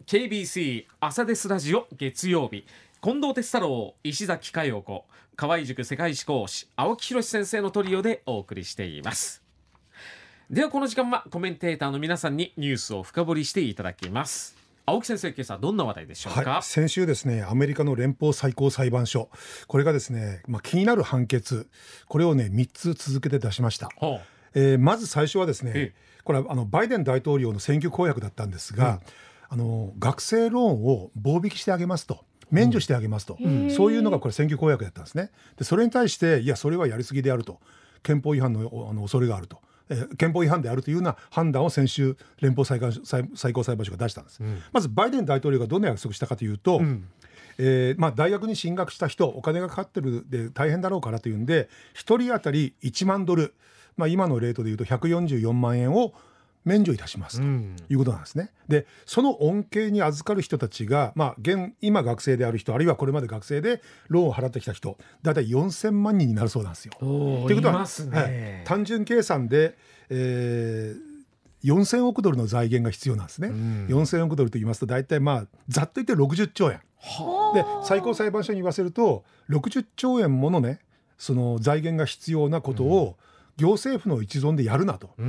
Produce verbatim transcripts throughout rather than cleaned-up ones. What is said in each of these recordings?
ケービーシー 朝ですラジオ月曜日、近藤哲太郎、石崎佳代子、河合塾世界史講師青木博先生のトリオでお送りしています。ではこの時間はコメンテーターの皆さんにニュースを深掘りしていただきます。青木先生、今朝どんな話題でしょうか。 はい、先週ですね、アメリカの連邦最高裁判所、これがですね、まあ、気になる判決、これをねみっつ続けて出しました。はあえー、まず最初はですね、これはあのバイデン大統領の選挙公約だったんですが、うん、あの学生ローンを棒引きしてあげますと、免除してあげますと、うん、そういうのがこれ選挙公約だったんですね。でそれに対していやそれはやりすぎであると、憲法違反 の, あの恐れがあると、えー、憲法違反であるというような判断を先週連邦 最, 最, 最高裁判所が出したんです、うん、まずバイデン大統領がどんな約束したかというと、うんえーまあ、大学に進学した人、お金がかかってるで大変だろうからというんでひとり当たりいちまんドル、まあ、今のレートでいうとひゃくよんじゅうよんまんえんを免除いたしますということなんですね。でその恩恵に預かる人たちが、まあ、現今学生である人、あるいはこれまで学生でローンを払ってきた人、だいたいよんせんまんにんになるそうなんですよ。ということは、ねはい、単純計算で、えー、よんせんおくドルの財源が必要なんですね、うん、よんせんおくドルと言いますとだいたいまあざっと言ってろくじゅっちょうえんで、最高裁判所に言わせるとろくじゅっちょうえんものね、その財源が必要なことを、うん行政府の一存でやるなと、うん、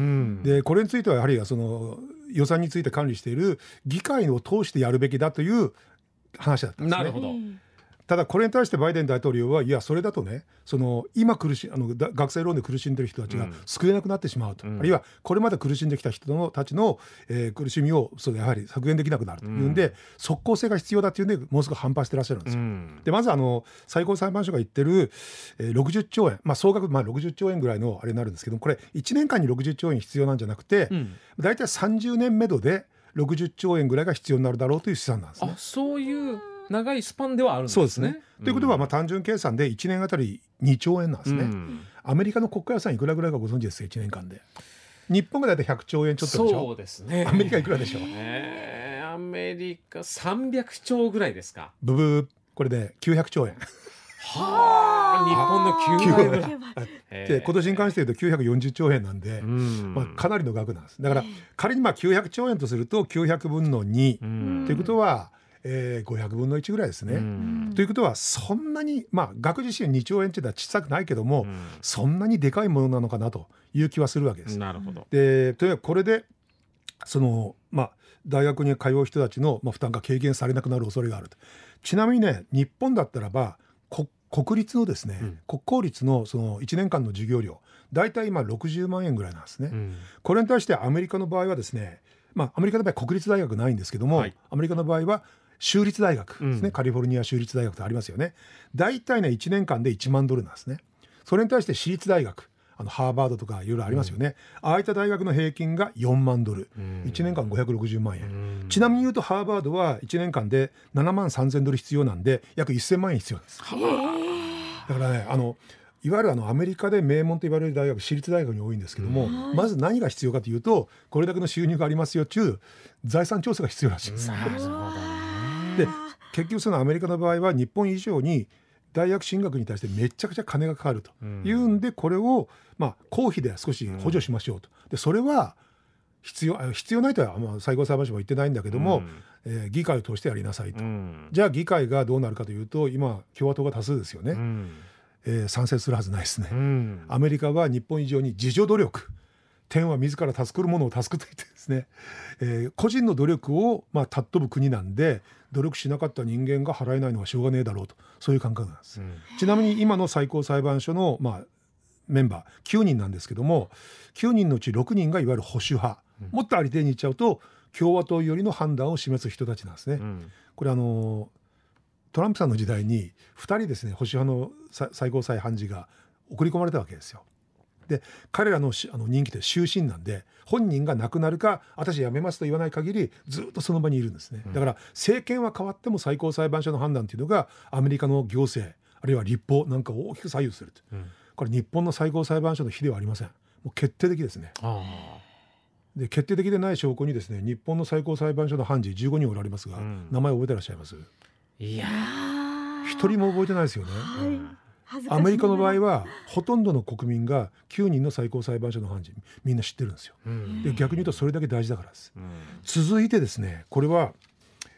でこれについてはやはりその予算について管理している議会を通してやるべきだという話だったんですね。 なるほど。 ただこれに対してバイデン大統領はいやそれだとね、その今苦しあの学生ローンで苦しんでいる人たちが救えなくなってしまうと、うん、あるいはこれまで苦しんできた人のたちの、えー、苦しみをそれやはり削減できなくなるというんで、うん、即効性が必要だというんでもうすぐ反発してらっしゃるんですよ、うん、でまずあの最高裁判所が言ってる、えー、ろくじゅっちょうえん、まあ、総額まあろくじゅっちょうえんぐらいのあれになるんですけども、これいちねんかんにろくじゅっちょうえん必要なんじゃなくて、うん、だいたいさんじゅうねんめどでろくじゅっちょうえんぐらいが必要になるだろうという試算なんですね。 あ、そういう長いスパンではあるんですね。 そうですね、うん、ということはまあ単純計算でいちねんあたりにちょうえんなんですね、うん、アメリカの国家予算いくらぐらいかご存知ですか。いちねんかんで日本がだいたいひゃくちょうえんちょっとでしょ。 そうですね。 アメリカいくらでしょう。 えー、アメリカさんびゃくちょうぐらいですか。 ブブー、これできゅうひゃくちょうえん。 はあ、日本のきゅうばいぐらいで今年に関して言うときゅうひゃくよんじゅっちょうえんなんで、うんまあ、かなりの額なんです。だから仮にまあきゅうひゃくちょうえんとするときゅうひゃくぶんのにということは、えー、ごひゃくぶんのいちぐらいですね。ということはそんなに、まあ、額自身にちょうえんっていうのは小さくないけども、そんなにでかいものなのかなという気はするわけです。 なるほど。 でとにかくこれでその、まあ、大学に通う人たちの、まあ、負担が軽減されなくなる恐れがあると。ちなみにね、日本だったらばこ国立のですね、うん、国公立 の, そのいちねんかんの授業料だいたい今ろくじゅうまんえんぐらいなんですね、うん、これに対してアメリカの場合はですね、まあ、アメリカの場合国立大学ないんですけども、はい、アメリカの場合は州立大学ですね、うん、カリフォルニア州立大学とありますよね。だいたいねいちねんかんでいちまんドルなんですね。それに対して私立大学、あのハーバードとかいろいろありますよね、うん、ああいった大学の平均がよんまんドル、うん、いちねんかんごひゃくろくじゅうまんえん、うん、ちなみに言うとハーバードはいちねんかんでななまんさんぜんドル必要なんで約せんまんえん必要なんです。だからね、あのいわゆるあのアメリカで名門と言われる大学、私立大学に多いんですけども、うん、まず何が必要かというとこれだけの収入がありますよという財産調査が必要らしいです。なるほどね。で結局そのアメリカの場合は日本以上に大学進学に対してめちゃくちゃ金がかかるというんで、これをまあ公費で少し補助しましょうと。でそれは必要必要ないとはまあ最高裁判所も言ってないんだけども、うんえー、議会を通してやりなさいと、うん、じゃあ議会がどうなるかというと今共和党が多数ですよね、うんえー、賛成するはずないですね、うん、アメリカは日本以上に自助努力、天は自ら助くるものを助くと言ってですね、えー、個人の努力をまあ尊ぶ国なんで努力しなかった人間が払えないのはしょうがねえだろうと、そういう感覚なんです、うん、ちなみに今の最高裁判所の、まあ、メンバーきゅうにんなんですけども、きゅうにんのうちろくにんがいわゆる保守派、うん、もっとありていに言っちゃうと共和党寄りの判断を示す人たちなんですね、うん、これあのトランプさんの時代にふたりですね保守派の最高裁判事が送り込まれたわけですよ。で彼ら の, あの任期って終身なんで本人が亡くなるか私辞めますと言わない限りずっとその場にいるんですね、うん、だから政権は変わっても最高裁判所の判断というのがアメリカの行政あるいは立法なんかを大きく左右すると、うん、これ日本の最高裁判所の比ではありません。もう決定的ですね。あで決定的でない証拠にですね、日本の最高裁判所の判事じゅうごにんおられますが、うん、名前覚えてらっしゃいます？ いや一人も覚えてないですよね、はい、アメリカの場合はほとんどの国民がきゅうにんの最高裁判所の判事みんな知ってるんですよ、うん、で逆に言うとそれだけ大事だからです、うん、続いてですね、これは、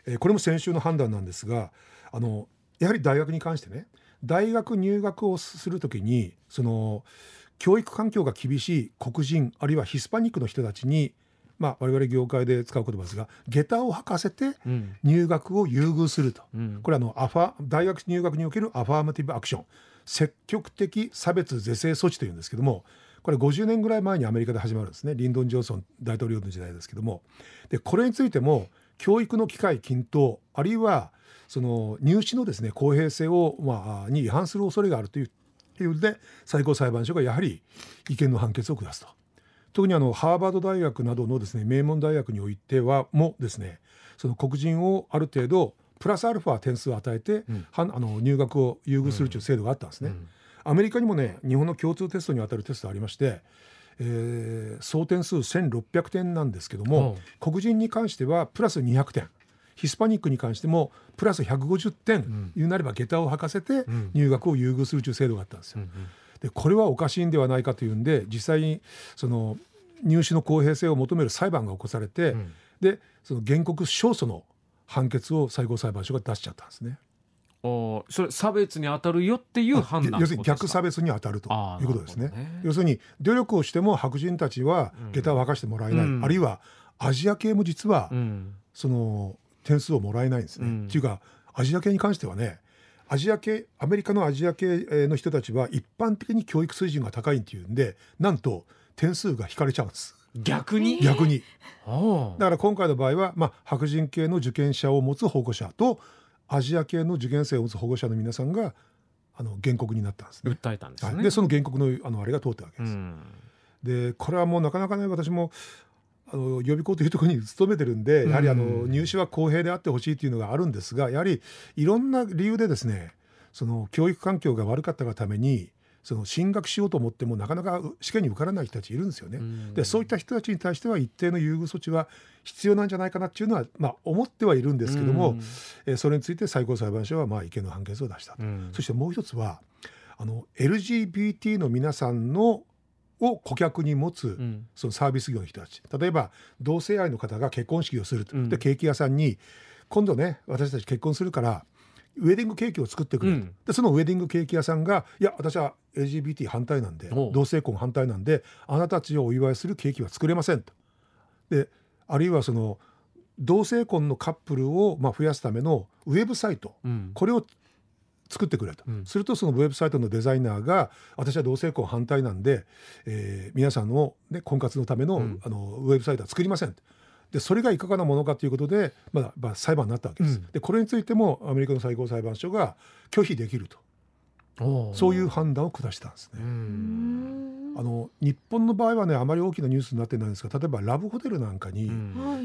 えー、これも先週の判断なんですが、あのやはり大学に関してね、大学入学をするときにその教育環境が厳しい黒人あるいはヒスパニックの人たちに、まあ、我々業界で使う言葉ですが、下駄を履かせて入学を優遇すると、うん、これはあのアファ大学入学におけるアファーマティブアクション、積極的差別是正措置というんですけども、これごじゅうねんぐらい前にアメリカで始まるんですね。リンドン・ジョンソン大統領の時代ですけども、でこれについても教育の機会均等あるいはその入試のですね公平性を、まあ、に違反する恐れがあるという理由で最高裁判所がやはり違憲の判決を下すと。特にあのハーバード大学などのですね名門大学においてはもですね、その黒人をある程度プラスアルファ点数を与えて、うん、あの入学を優遇するという制度があったんですね、うんうん、アメリカにもね日本の共通テストにあたるテストありまして、えー、総点数せんろっぴゃくてんなんですけども、黒人に関してはプラスにひゃくてん、ヒスパニックに関してもプラスひゃくごじゅってんになれば下駄を履かせて入学を優遇するという制度があったんですよ、うんうん、でこれはおかしいんではないかというんで、実際にその入試の公平性を求める裁判が起こされて、うん、でその原告勝訴の判決を最高裁判所が出しちゃったんですね。 おそれ差別に当たるよっていう判断、 要するに逆差別に当たるということですね。ね、要するに努力をしても白人たちは下駄を履かしてもらえない、うん、あるいはアジア系も実は、うん、その点数をもらえないんですね、うん、っていうかアジア系に関してはね、アジア系アメリカのアジア系の人たちは一般的に教育水準が高いっていうんで、なんと点数が引かれちゃうんです。 逆に逆にだから今回の場合は、まあ、白人系の受験者を持つ保護者とアジア系の受験生を持つ保護者の皆さんがあの原告になったんですね。 訴えたんですね、 はい、でその原告の あのあれが通ったわけです、うん、でこれはもうなかなかね、私もあの予備校というところに勤めてるんで、やはりあの入試は公平であってほしいというのがあるんですが、やはりいろんな理由でですね、その教育環境が悪かったがためにその進学しようと思ってもなかなか試験に受からない人たちいるんですよね。でそういった人たちに対しては一定の優遇措置は必要なんじゃないかなっていうのは、まあ、思ってはいるんですけども、えー、それについて最高裁判所はまあ違憲の判決を出したと。そしてもう一つはあの エルジービーティー の皆さんのを顧客に持つそのサービス業の人たち、例えば同性愛の方が結婚式をすると、うん、でケーキ屋さんに今度ね私たち結婚するからウェディングケーキを作ってくれと、うん、でそのウェディングケーキ屋さんがいや私は エルジービーティー 反対なんで同性婚反対なんであなたたちをお祝いするケーキは作れませんと。であるいはその同性婚のカップルをまあ増やすためのウェブサイト、うん、これを作ってくれと、うん、するとそのウェブサイトのデザイナーが私は同性婚反対なんで、えー、皆さんの、ね、婚活のための、うん、あのウェブサイトは作りませんと。でそれがいかがなものかということで、まあまあ、裁判になったわけです、うん、でこれについてもアメリカの最高裁判所が拒否できると、そういう判断を下したんですね。うーんあの日本の場合はねあまり大きなニュースになってないんですが、例えばラブホテルなんかに、うん、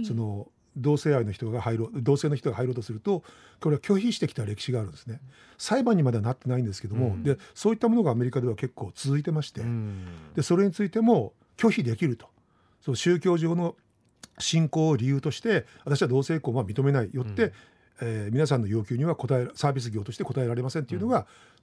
その同性愛の人が入ろう同性の人が入ろうとするとこれは拒否してきた歴史があるんですね。裁判にまではなってないんですけども、うん、でそういったものがアメリカでは結構続いてまして、うん、でそれについても拒否できると、そう宗教上の信仰を理由として私は同性婚は認めないよって、うんえー、皆さんの要求には答えサービス業として答えられませんっていうのが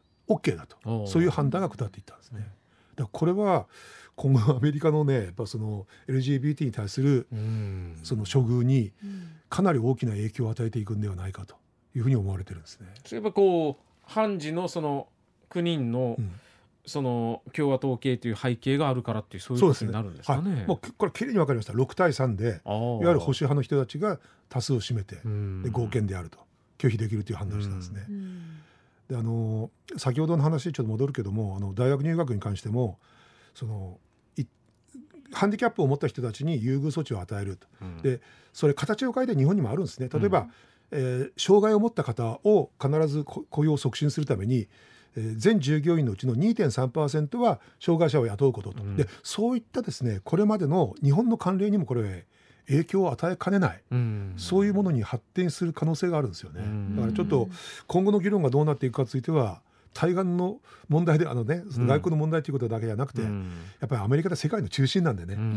OK だと、うん、そういう判断が下っていったんですね。だからこれは今後アメリカのねやっぱその エルジービーティー に対するその処遇にかなり大きな影響を与えていくんではないかというふうに思われてるんですね。 そういえばこう判事のそのきゅうにんの、うんその共和党系という背景があるからっていうそういうことになるんですかね。 そうですね、はい、もうこれきれいに分かりました。ろくたいさんでいわゆる保守派の人たちが多数を占めてで合憲であると拒否できるという判断をしたんですね。であの先ほどの話にちょっと戻るけどもあの大学入学に関してもそのハンディキャップを持った人たちに優遇措置を与えると、うん、でそれ形を変えて日本にもあるんですね。例えば、うんえー、障害を持った方を必ず雇用を促進するために全従業員のうちの にてんさんパーセント は障害者を雇うことと、うん、でそういったですねこれまでの日本の慣例にもこれ影響を与えかねない、うん、そういうものに発展する可能性があるんですよね、うん、だからちょっと今後の議論がどうなっていくかについては対岸の問題であの、ね、その外交の問題ということだけじゃなくて、うん、やっぱりアメリカで世界の中心なんでね、うん、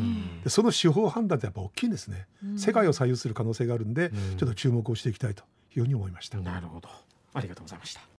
でその司法判断ってやっぱ大きいんですね、うん、世界を左右する可能性があるんで、うん、ちょっと注目をしていきたいというふうに思いました。 なるほど、ありがとうございました。